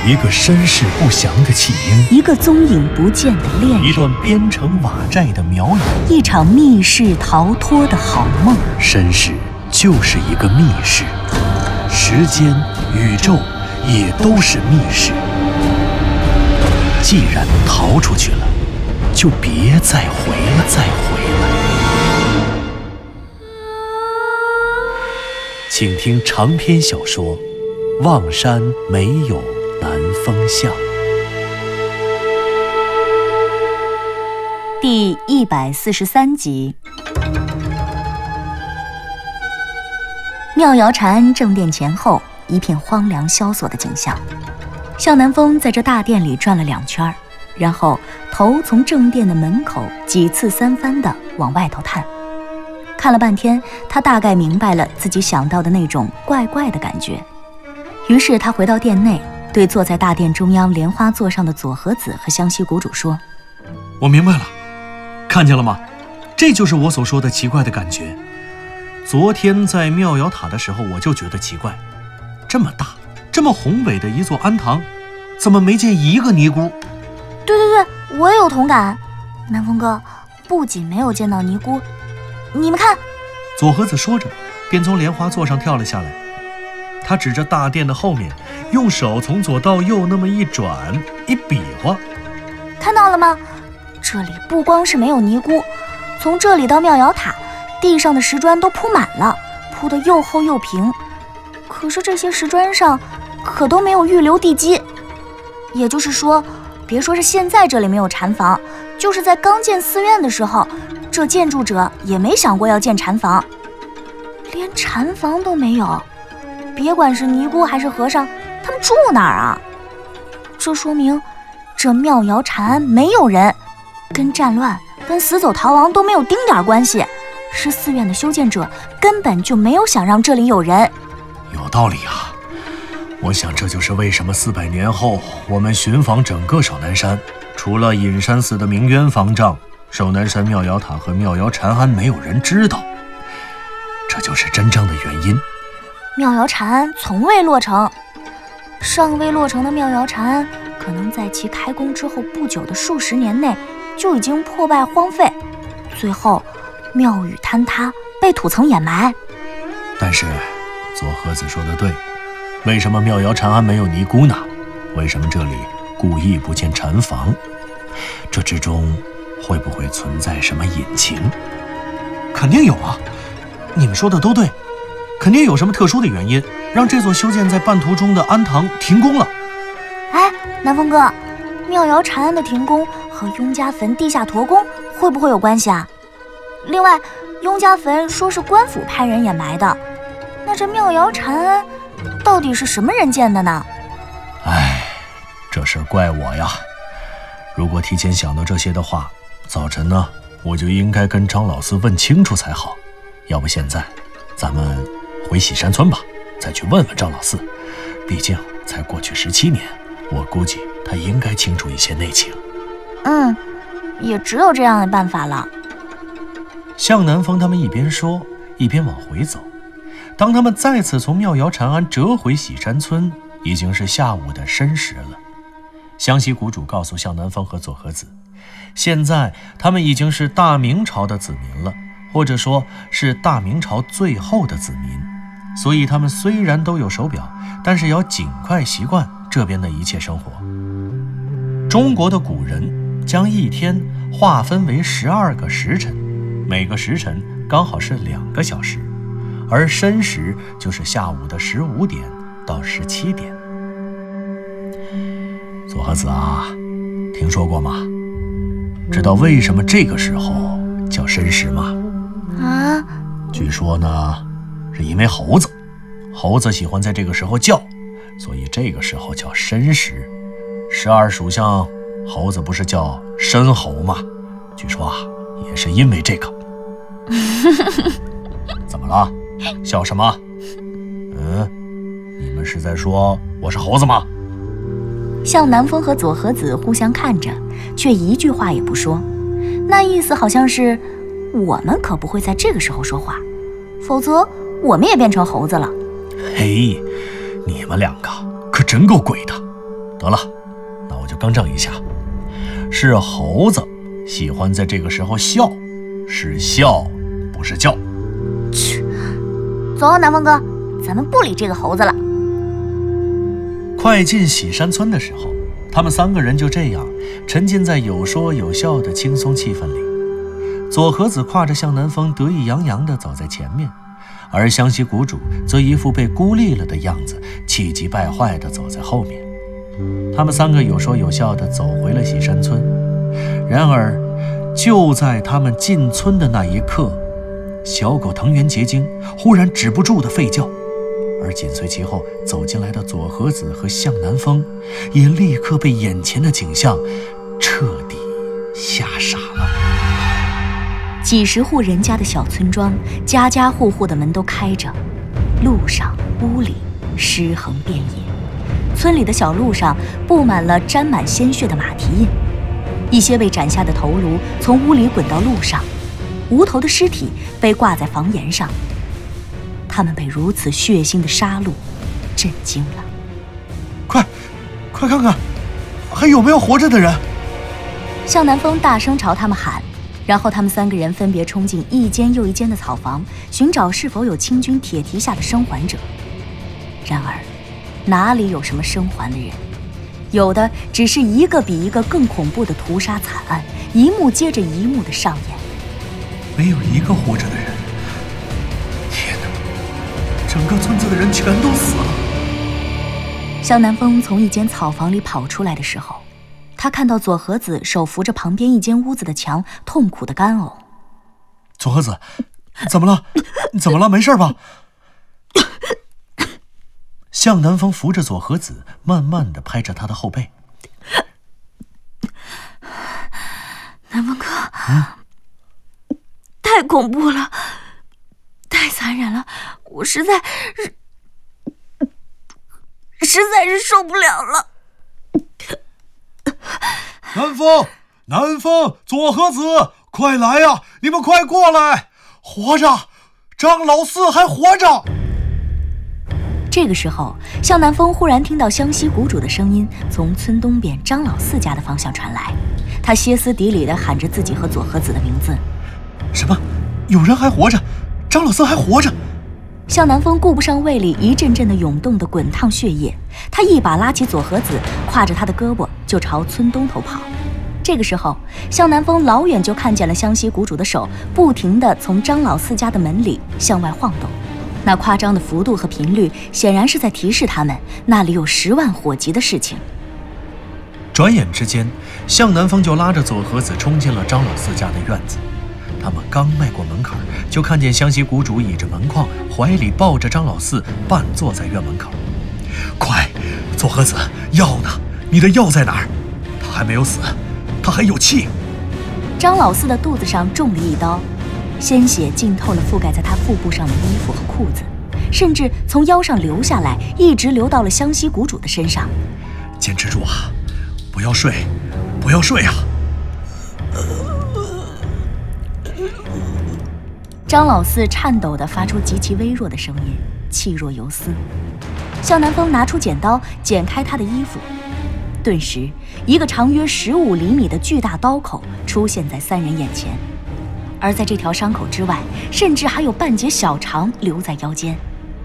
一个身世不详的弃婴， 一个踪影不见的恋人， 一段编成瓦寨的苗语， 一场密室逃脱的好梦。 身世就是一个密室，时间、宇宙也都是密室。既然逃出去了，就别再回来。请听长篇小说《望山没有南风向》 第143集。妙瑶禅正殿前后一片荒凉萧索的景象，向南风在这大殿里转了2圈，然后头从正殿的门口几次3番地往外头探。看了半天，他大概明白了自己想到的那种怪怪的感觉。于是他回到殿内，对坐在大殿中央莲花座上的佐和子和湘西谷主说： 我明白了，看见了吗？这就是我所说的奇怪的感觉。昨天在妙瑶塔的时候，我就觉得奇怪，这么大这么宏伟的一座庵堂，怎么没见一个尼姑？ 对，我也有同感。南风哥，不仅没有见到尼姑，你们看。 佐和子说着，便从莲花座上跳了下来。他指着大殿的后面，用手从左到右那么一转一比划。 看到了吗？这里不光是没有尼姑，从这里到妙瑶塔，地上的石砖都铺满了，铺得又厚又平。可是这些石砖上可都没有预留地基。也就是说，别说是现在这里没有禅房，就是在刚建寺院的时候，这建筑者也没想过要建禅房，连禅房都没有。别管是尼姑还是和尚，他们住哪儿啊？这说明这妙瑶禅没有人，跟战乱、跟死走逃亡都没有丁点关系，是寺院的修建者根本就没有想让这里有人。 有道理啊！我想这就是为什么400年后我们寻访整个少南山，除了隐山寺的明渊方丈，少南山妙瑶塔和妙瑶禅庵没有人知道，这就是真正的原因。 妙瑶禅从未落成，尚未落成的妙瑶禅可能在其开工之后不久的数十年内就已经破败荒废，最后庙宇坍塌，被土层掩埋。 但是佐和子说的对，为什么妙瑶禅庵没有尼姑呢？为什么这里故意不建禅房？这之中会不会存在什么隐情？ 肯定有啊，你们说的都对，肯定有什么特殊的原因，让这座修建在半途中的庵堂停工了。 哎，南风哥，妙瑶禅庵的停工和雍家坟地下驼宫会不会有关系啊？另外，雍家坟说是官府派人掩埋的，那这妙瑶禅庵到底是什么人建的呢？ 哎，这事怪我呀！如果提前想到这些的话，早晨呢，我就应该跟张老四问清楚才好。要不现在，咱们回喜山村吧，再去问问张老四。毕竟才过去17年，我估计他应该清楚一些内情。 也只有这样的办法了。 向南风他们一边说，一边往回走。当他们再次从妙瑶禅庵折回喜山村，已经是下午的申时了。湘西谷主告诉向南风和佐和子，现在他们已经是大明朝的子民了，或者说是大明朝最后的子民，所以他们虽然都有手表，但是要尽快习惯这边的一切生活。中国的古人将一天划分为12个时辰，每个时辰刚好是2个小时，而申时就是下午的15点到17点。 佐和子啊，听说过吗？知道为什么这个时候叫申时吗？ 啊？ 据说呢，是因为猴子喜欢在这个时候叫，所以这个时候叫申时。12属相，猴子不是叫申猴吗？据说啊，也是因为这个。怎么了？笑什么？你们是在说我是猴子吗？ 向南风和佐和子互相看着，却一句话也不说，那意思好像是我们可不会在这个时候说话，否则我们也变成猴子了。 嘿，你们2个可真够鬼的， 得了，那我就更正一下，是猴子喜欢在这个时候笑，是笑，不是叫。 去，走，南风哥，咱们不理这个猴子了。 快进喜山村的时候，他们3个人就这样沉浸在有说有笑的轻松气氛里。左和子挎着向南风得意洋洋地走在前面，而湘西谷主则一副被孤立了的样子，气急败坏地走在后面。他们3个有说有笑地走回了喜山村。然而就在他们进村的那一刻，小狗藤原结晶忽然止不住地吠叫，而紧随其后走进来的左和子和向南风也立刻被眼前的景象彻底吓傻了。 几十户人家的小村庄，家家户户的门都开着，路上屋里尸横遍野，村里的小路上布满了沾满鲜血的马蹄印，一些被斩下的头颅从屋里滚到路上，无头的尸体被挂在房檐上。他们被如此血腥的杀戮震惊了。 快看看，还有没有活着的人？ 向南风大声朝他们喊，然后他们3个人分别冲进一间又一间的草房，寻找是否有清军铁蹄下的生还者。然而哪里有什么生还的人，有的只是一个比一个更恐怖的屠杀惨案，一幕接着一幕的上演。 没有一个活着的人。天哪，整个村子的人全都死了。 向南风从一间草房里跑出来的时候，他看到左和子手扶着旁边一间屋子的墙，痛苦的干呕。 左和子，怎么了？怎么了？没事吧？向南风扶着左和子，慢慢地拍着他的后背。 南风哥，太恐怖了，太残忍了，我实在是受不了了。 南风，左和子，快来呀！你们快过来！活着，张老四还活着。 这个时候，向南风忽然听到湘西谷主的声音从村东边张老四家的方向传来，他歇斯底里地喊着自己和左和子的名字。 什么？有人还活着？张老四还活着？ 向南风顾不上胃里一阵阵的涌动的滚烫血液，他一把拉起左和子，挎着他的胳膊就朝村东头跑。这个时候，向南风老远就看见了湘西谷主的手不停地从张老四家的门里向外晃动，那夸张的幅度和频率显然是在提示他们那里有10万火急的事情。 转眼之间，向南风就拉着左和子冲进了张老四家的院子。他们刚迈过门槛，就看见湘西谷主倚着门框，怀里抱着张老四，半坐在院门口。快，左和子，药呢？你的药在哪儿？他还没有死，他还有气。 张老四的肚子上中了一刀，鲜血浸透了覆盖在他腹部上的衣服和裤子，甚至从腰上流下来，一直流到了湘西谷主的身上。 坚持住啊，不要睡，不要睡啊！ 张老四颤抖地发出极其微弱的声音，气若游丝。向南风拿出剪刀，剪开他的衣服，顿时一个长约15厘米的巨大刀口出现在3人眼前，而在这条伤口之外，甚至还有半截小肠留在腰间。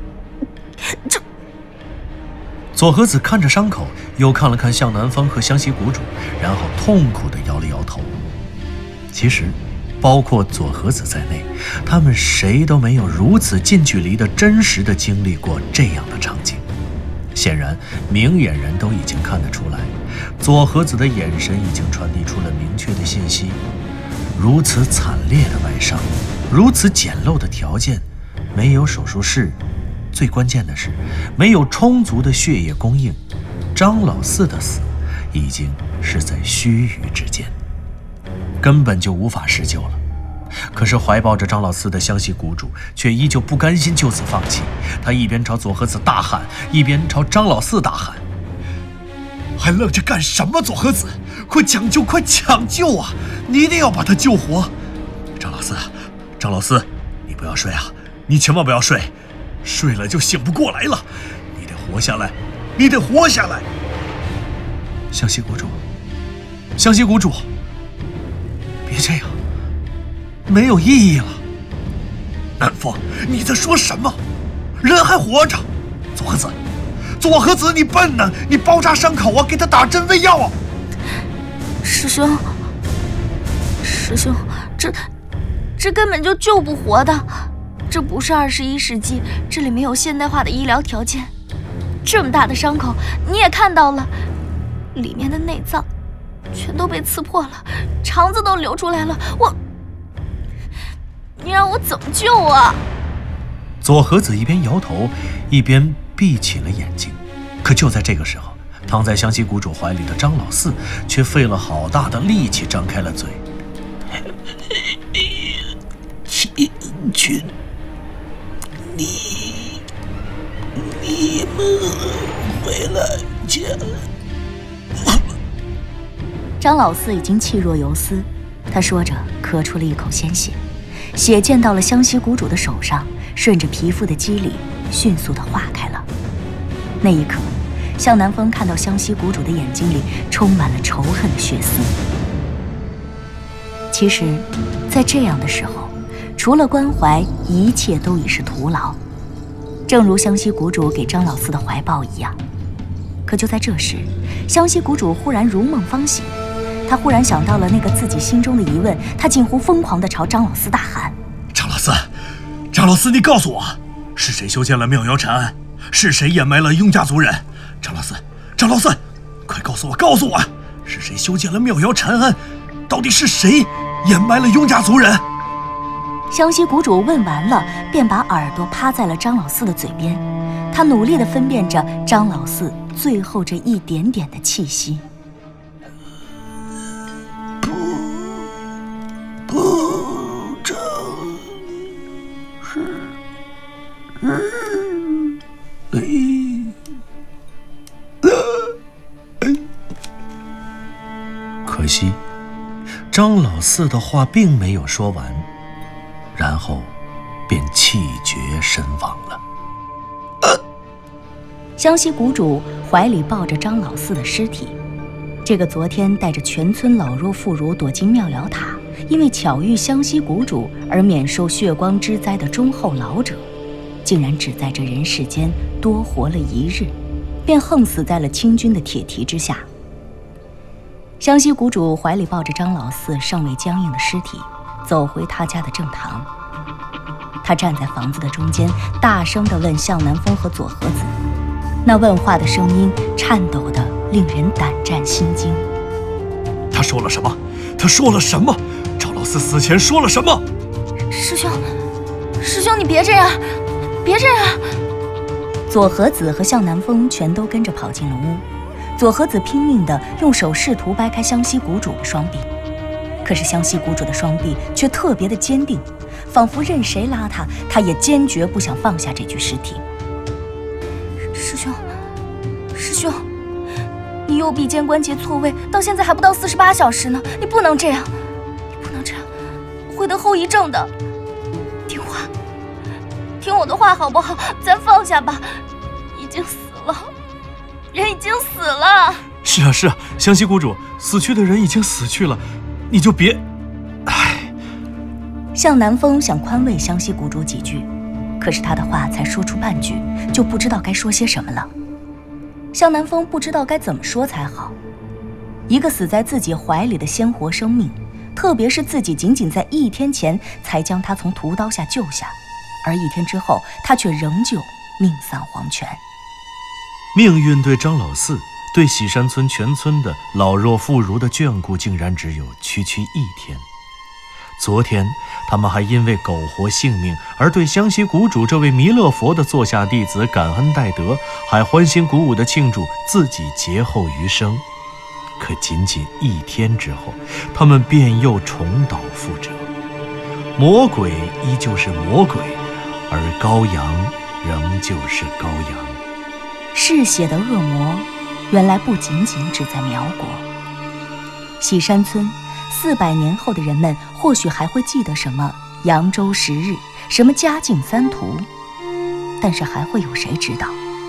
左和子看着伤口，又看了看向南风和湘西谷主，然后痛苦地摇了摇头。其实包括左和子在内，他们谁都没有如此近距离的真实的经历过这样的场景。显然明眼人都已经看得出来，左和子的眼神已经传递出了明确的信息。如此惨烈的外伤，如此简陋的条件，没有手术室，最关键的是没有充足的血液供应，张老四的死已经是在须臾之间，根本就无法施救了。可是怀抱着张老四的湘西谷主却依旧不甘心就此放弃，他一边朝左和子大喊，一边朝张老四大喊：还愣着干什么？左和子，快抢救，快抢救啊！你一定要把他救活！张老四，你不要睡啊，你千万不要睡，睡了就醒不过来了，你得活下来，你得活下来！ 湘西谷主，湘西谷主，别这样，没有意义了。 南风，你在说什么？人还活着。佐和子，你笨呢！你包扎伤口啊，给他打针喂药啊！ 师兄，这根本就救不活的。这不是21世纪，这里没有现代化的医疗条件。这么大的伤口，你也看到了，里面的内脏全都被刺破了，肠子都流出来了。你让我怎么救啊？ 佐和子一边摇头，一边闭起了眼睛。可就在这个时候，躺在湘西谷主怀里的张老四却费了好大的力气张开了嘴。 秦军，你们回来家。 张老四已经气若游丝，他说着咳出了一口鲜血，血溅到了湘西谷主的手上，顺着皮肤的肌理迅速地化开了。那一刻，向南风看到湘西谷主的眼睛里充满了仇恨的血丝。其实，在这样的时候，除了关怀，一切都已是徒劳。正如湘西谷主给张老四的怀抱一样。可就在这时，湘西谷主忽然如梦方醒，他忽然想到了那个自己心中的疑问，他近乎疯狂地朝张老四大喊： 张老四，你告诉我，是谁修建了妙瑶禅庵？是谁掩埋了雍家族人？张老四，快告诉我，是谁修建了妙瑶禅庵？到底是谁掩埋了雍家族人？ 湘西谷主问完了，便把耳朵趴在了张老四的嘴边，他努力地分辨着张老四最后这一点点的气息。 不正是可惜，张老四的话并没有说完，然后便气绝身亡了。 湘西谷主怀里抱着张老四的尸体，这个昨天带着全村老弱妇孺躲进妙瑶塔，因为巧遇湘西谷主而免受血光之灾的忠厚老者，竟然只在这人世间多活了1日，便横死在了清军的铁蹄之下。湘西谷主怀里抱着张老四尚未僵硬的尸体，走回他家的正堂。他站在房子的中间，大声地问向南风和佐和子，那问话的声音颤抖得令人胆战心惊。 他说了什么？赵老四死前说了什么？ 师兄，你别这样！ 佐和子和向南风全都跟着跑进了屋。佐和子拼命地用手试图掰开湘西谷主的双臂，可是湘西谷主的双臂却特别的坚定，仿佛任谁拉他也坚决不想放下这具尸体。 师兄，你右臂肩关节错位，到现在还不到48小时呢，你不能这样，会得后遗症的。听我的话好不好？咱放下吧，已经死了，人已经死了。 是啊，湘西谷主，死去的人已经死去了，你就别…… 向南风想宽慰湘西谷主几句，可是他的话才说出半句，就不知道该说些什么了。向南风不知道该怎么说才好。一个死在自己怀里的鲜活生命，特别是自己仅仅在1天前才将他从屠刀下救下，而1天之后他却仍旧命丧黄泉。 命运对张老四，对喜山村全村的老弱妇孺的眷顾，竟然只有区1天。昨天他们还因为苟活性命而对湘西谷主这位弥勒佛的座下弟子感恩戴德，还欢欣鼓舞地庆祝自己劫后余生。可仅仅1天之后，他们便又重蹈覆辙。魔鬼依旧是魔鬼，而羔羊仍旧是羔羊。 嗜血的恶魔原来不仅仅只在苗国。喜山村400年后的人们或许还会记得什么扬州10日，什么嘉靖3屠，但是还会有谁知道，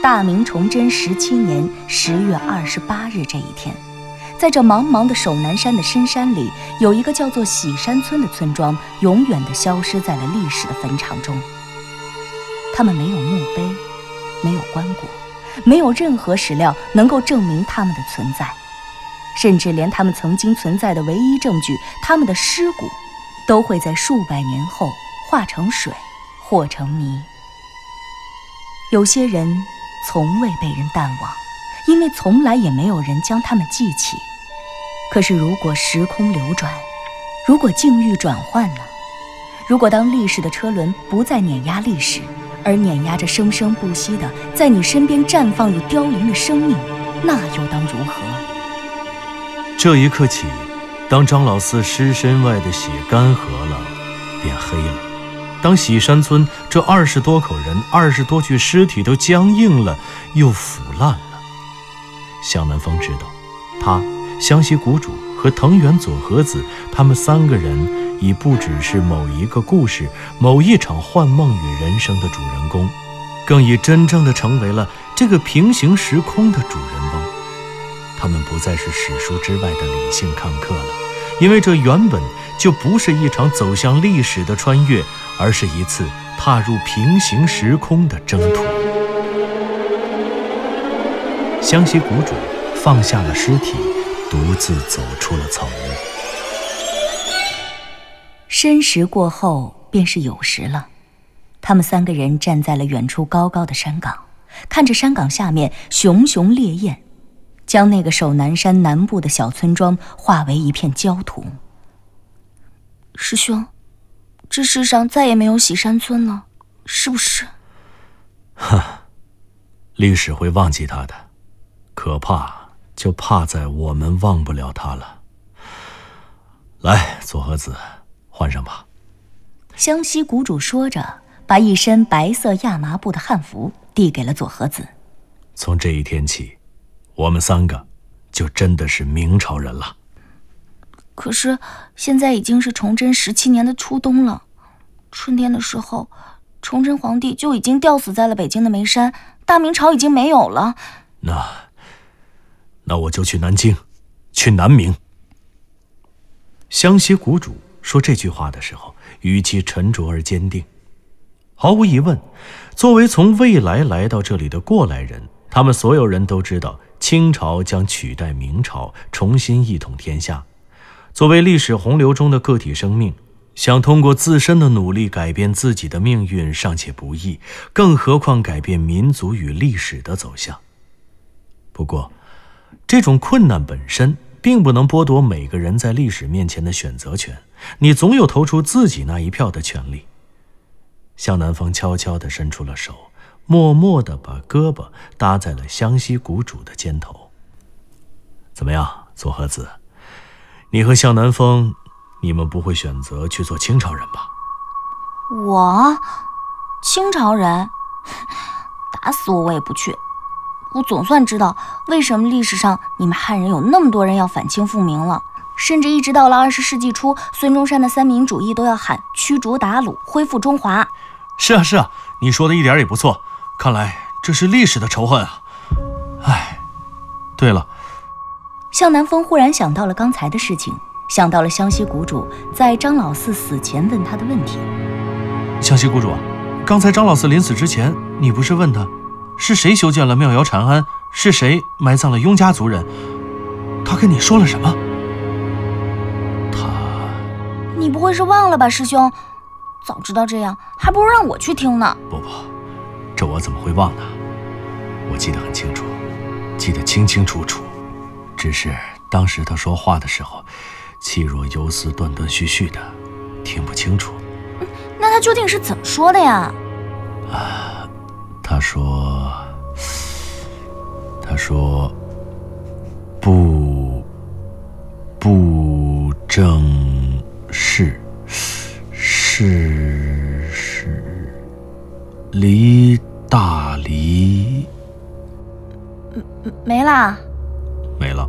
大明崇祯17年10月28日这一天，在这茫茫的守南山的深山里，有一个叫做喜山村的村庄，永远地消失在了历史的坟场中。他们没有墓碑，没有棺椁，没有任何史料能够证明他们的存在，甚至连他们曾经存在的唯一证据，他们的尸骨，都会在数百年后化成水或成泥。有些人从未被人淡忘，因为从来也没有人将他们记起。可是如果时空流转，如果境遇转换呢？如果当历史的车轮不再碾压历史，而碾压着生生不息的在你身边绽放与凋零的生命，那又当如何？ 这一刻起，当张老四尸身外的血干涸了，变黑了，当喜山村这20多口人、20多具尸体都僵硬了，又腐烂了，向南风知道，他、湘西谷主和藤原佐和子，他们3个人已不只是某一个故事、某一场幻梦与人生的主人公，更已真正的成为了这个平行时空的主人翁。他们不再是史书之外的理性看客了，因为这原本就不是一场走向历史的穿越，而是一次踏入平行时空的征途。湘西谷主放下了尸体，独自走出了草屋。 申时过后便是酉时了，他们3个人站在了远处高高的山岗，看着山岗下面熊熊烈焰，将那个守南山南部的小村庄化为一片焦土。 师兄，这世上再也没有喜山村了，是不是？ 历史会忘记它的，可怕就怕在我们忘不了它了。来，佐和子，换上吧。 湘西谷主说着，把一身白色亚麻布的汉服递给了佐和子。 从这一天起，我们3个就真的是明朝人了。 可是现在已经是崇祯17年的初冬了，春天的时候，崇祯皇帝就已经吊死在了北京的眉山，大明朝已经没有了。 那我就去南京，去南明。湘西谷主说这句话的时候，语气沉着而坚定。毫无疑问，作为从未来来到这里的过来人，他们所有人都知道清朝将取代明朝，重新一统天下。作为历史洪流中的个体生命，想通过自身的努力改变自己的命运尚且不易，更何况改变民族与历史的走向。不过，这种困难本身并不能剥夺每个人在历史面前的选择权，你总有投出自己那一票的权利。向南风悄悄地伸出了手，默默地把胳膊搭在了湘西谷主的肩头。怎么样，佐和子，你和向南风，你们不会选择去做清朝人吧？ 我？清朝人？打死我也不去。我总算知道为什么历史上你们汉人有那么多人要反清复明了，甚至一直到了20世纪初，孙中山的三民主义都要喊驱逐鞑虏，恢复中华。 是啊，你说的一点也不错，看来这是历史的仇恨啊。哎，对了， 向南风忽然想到了刚才的事情，想到了湘西谷主在张老四死前问他的问题。 湘西谷主，刚才张老四临死之前，你不是问他是谁修建了妙瑶禅庵，是谁埋葬了雍家族人？他跟你说了什么？ 你不会是忘了吧，师兄？早知道这样，还不如让我去听呢。 不，这我怎么会忘呢？我记得很清楚，记得清清楚楚。只是当时他说话的时候，气若游丝，断断续续的，听不清楚。 那他究竟是怎么说的呀？ 他说不正是离大离。 没啦？ 没了。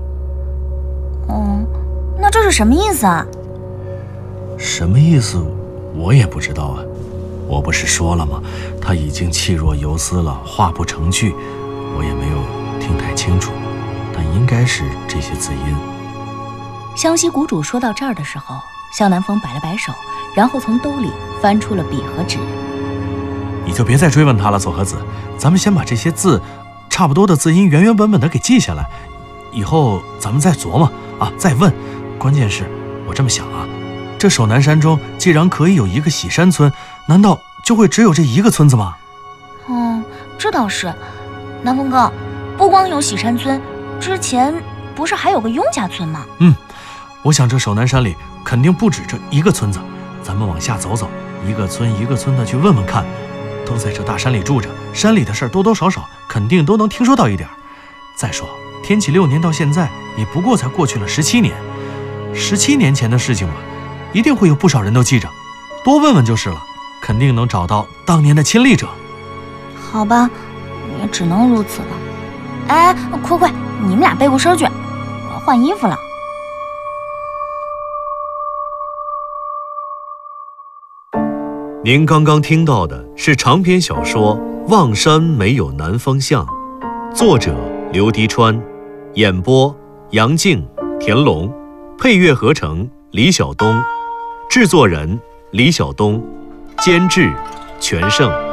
那这是什么意思啊？ 什么意思我也不知道啊。我不是说了吗？他已经气若游丝了，话不成句， 我也没有听太清楚，但应该是这些字音。 湘西谷主说到这儿的时候，向南风摆了摆手，然后从兜里翻出了笔和纸。 你就别再追问他了，佐和子，咱们先把这些字差不多的字音原原本本的给记下来，以后咱们再琢磨啊，再问。关键是我这么想啊，这守南山中既然可以有一个喜山村，难道就会只有这一个村子吗？ 这倒是。南风哥，不光有喜山村，之前不是还有个雍家村吗？ 我想这守南山里肯定不止这一个村子，咱们往下走走，一个村一个村的去问问看。都在这大山里住着，山里的事儿多多少少肯定都能听说到一点。再说天启6年到现在也不过才过去了17年，17年前的事情嘛，一定会有不少人都记着，多问问就是了，肯定能找到当年的亲历者。 好吧，也只能如此了。哎，快，你们俩背过身去，我要换衣服了。 您刚刚听到的是长篇小说《望山没有南方向》，作者刘迪川，演播杨静、田龙，配乐合成李晓东，制作人李晓东，监制全胜。